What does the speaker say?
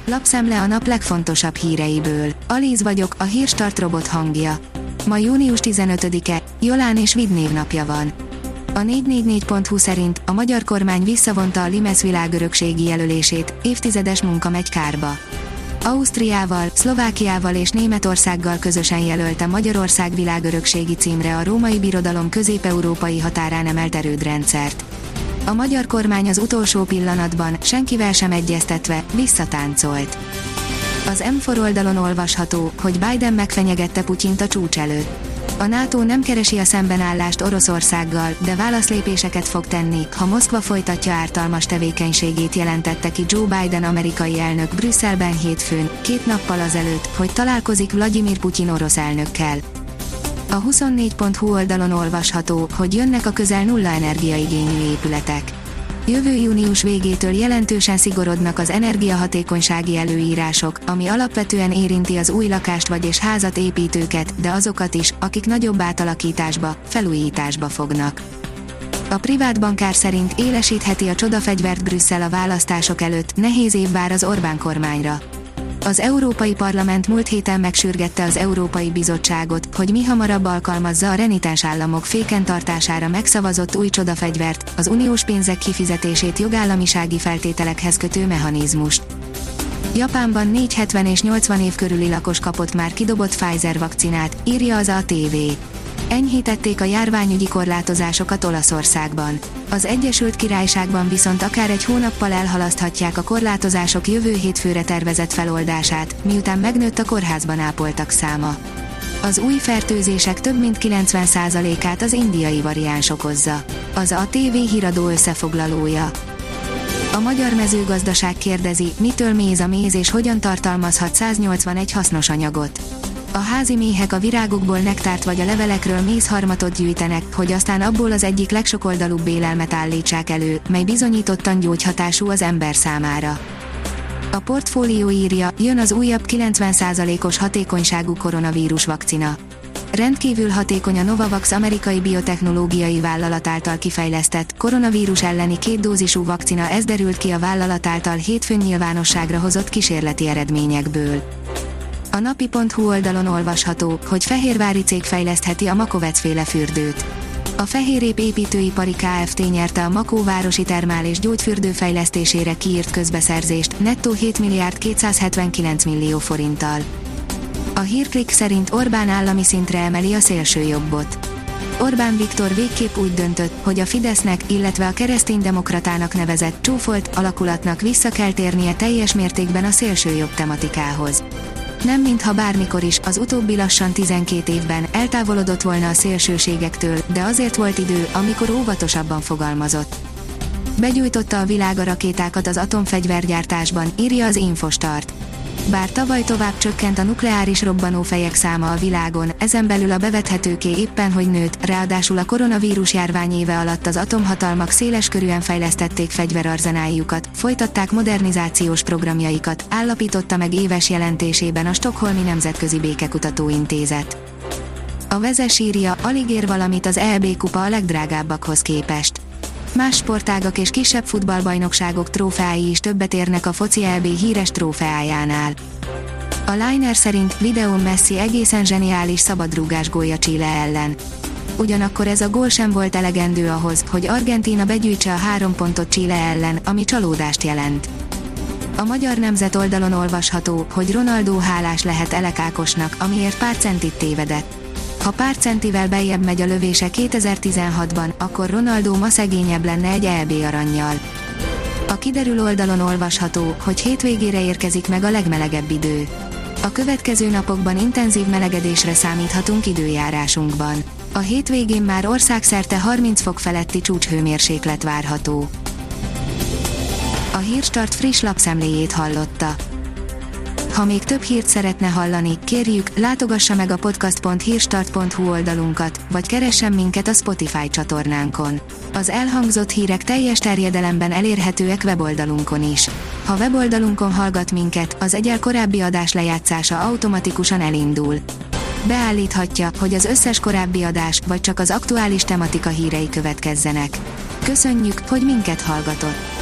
Lapszemle a nap legfontosabb híreiből. Alíz vagyok, a Hírstart robot hangja. Ma június 15-e, Jolán és Vid névnapja van. A 444.hu szerint a magyar kormány visszavonta a Limes világörökségi jelölését, évtizedes munka megy kárba. Ausztriával, Szlovákiával és Németországgal közösen jelölte Magyarország világörökségi címre a Római Birodalom közép-európai határán emelt erődrendszert. A magyar kormány az utolsó pillanatban, senkivel sem egyeztetve, visszatáncolt. Az M4 oldalon olvasható, hogy Biden megfenyegette Putyint a csúcs előtt. A NATO nem keresi a szembenállást Oroszországgal, de válaszlépéseket fog tenni, ha Moszkva folytatja ártalmas tevékenységét, jelentette ki Joe Biden amerikai elnök Brüsszelben hétfőn, 2 nappal azelőtt, hogy találkozik Vladimir Putyin orosz elnökkel. A 24.hu oldalon olvasható, hogy jönnek a közel nulla energiaigényű épületek. Jövő június végétől jelentősen szigorodnak az energiahatékonysági előírások, ami alapvetően érinti az új lakást és házat építőket, de azokat is, akik nagyobb átalakításba, felújításba fognak. A privát bankár szerint élesítheti a csodafegyvert Brüsszel a választások előtt, nehéz év vár az Orbán kormányra. Az Európai Parlament múlt héten megsürgette az Európai Bizottságot, hogy mihamarabb alkalmazza a renitens államok fékentartására megszavazott új csodafegyvert, az uniós pénzek kifizetését jogállamisági feltételekhez kötő mechanizmust. Japánban 470 és 80 év körüli lakos kapott már kidobott Pfizer vakcinát, írja az ATV. Enyhítették a járványügyi korlátozásokat Olaszországban. Az Egyesült Királyságban viszont akár egy hónappal elhalaszthatják a korlátozások jövő hétfőre tervezett feloldását, miután megnőtt a kórházban ápoltak száma. Az új fertőzések több mint 90%-át az indiai variáns okozza. Az ATV híradó összefoglalója. A magyar mezőgazdaság kérdezi, mitől méz a méz és hogyan tartalmazhat 181 hasznos anyagot. A házi méhek a virágokból nektárt vagy a levelekről mézharmatot gyűjtenek, hogy aztán abból az egyik legsokoldalúbb élelmet állítsák elő, mely bizonyítottan gyógyhatású az ember számára. A Portfólió írja, jön az újabb 90%-os hatékonyságú koronavírus vakcina. Rendkívül hatékony a Novavax amerikai biotechnológiai vállalat által kifejlesztett, koronavírus elleni 2 dózisú vakcina, ez derült ki a vállalat által hétfőn nyilvánosságra hozott kísérleti eredményekből. A napi.hu oldalon olvasható, hogy fehérvári cég fejlesztheti a Makovec-féle fürdőt. A Fehérép építőipari Kft. Nyerte a Makó városi termál- és gyógyfürdő fejlesztésére kiírt közbeszerzést, nettó 7 milliárd 279 millió forinttal. A Hírklik szerint Orbán állami szintre emeli a szélsőjobbot. Orbán Viktor végképp úgy döntött, hogy a Fidesznek, illetve a kereszténydemokratának nevezett csúfolt alakulatnak vissza kell térnie teljes mértékben a szélsőjobb tematikához. Nem mintha bármikor is, az utóbbi lassan 12 évben eltávolodott volna a szélsőségektől, de azért volt idő, amikor óvatosabban fogalmazott. Begyújtotta a világ a rakétákat az atomfegyvergyártásban, írja az Infostart. Bár tavaly tovább csökkent a nukleáris robbanófejek száma a világon, ezen belül a bevethetőké éppen hogy nőtt, ráadásul a koronavírus járvány éve alatt az atomhatalmak széleskörűen fejlesztették fegyverarzenáljukat, folytatták modernizációs programjaikat, állapította meg éves jelentésében a Stockholmi Nemzetközi Békekutató Intézet. A Vezes írja, alig ér valamit az EB kupa a legdrágábbakhoz képest. Más sportágak és kisebb futballbajnokságok trófeái is többet érnek a foci EB híres trófeájánál. A Liner szerint videón Messi egészen zseniális szabadrúgás gólja Chile ellen. Ugyanakkor ez a gól sem volt elegendő ahhoz, hogy Argentína begyűjtse a 3 pontot Chile ellen, ami csalódást jelent. A Magyar Nemzet oldalon olvasható, hogy Ronaldo hálás lehet Elek Ákosnak, amiért pár centit tévedett. Ha pár centivel beljebb megy a lövése 2016-ban, akkor Ronaldo ma szegényebb lenne egy EB arannyal. A Kiderül oldalon olvasható, hogy hétvégére érkezik meg a legmelegebb idő. A következő napokban intenzív melegedésre számíthatunk időjárásunkban. A hétvégén már országszerte 30 fok feletti csúcshőmérséklet várható. A Hírstart friss lapszemléjét hallotta. Ha még több hírt szeretne hallani, kérjük, látogassa meg a podcast.hírstart.hu oldalunkat, vagy keressen minket a Spotify csatornánkon. Az elhangzott hírek teljes terjedelemben elérhetőek weboldalunkon is. Ha weboldalunkon hallgat minket, az egyel korábbi adás lejátszása automatikusan elindul. Beállíthatja, hogy az összes korábbi adás, vagy csak az aktuális tematika hírei következzenek. Köszönjük, hogy minket hallgatott!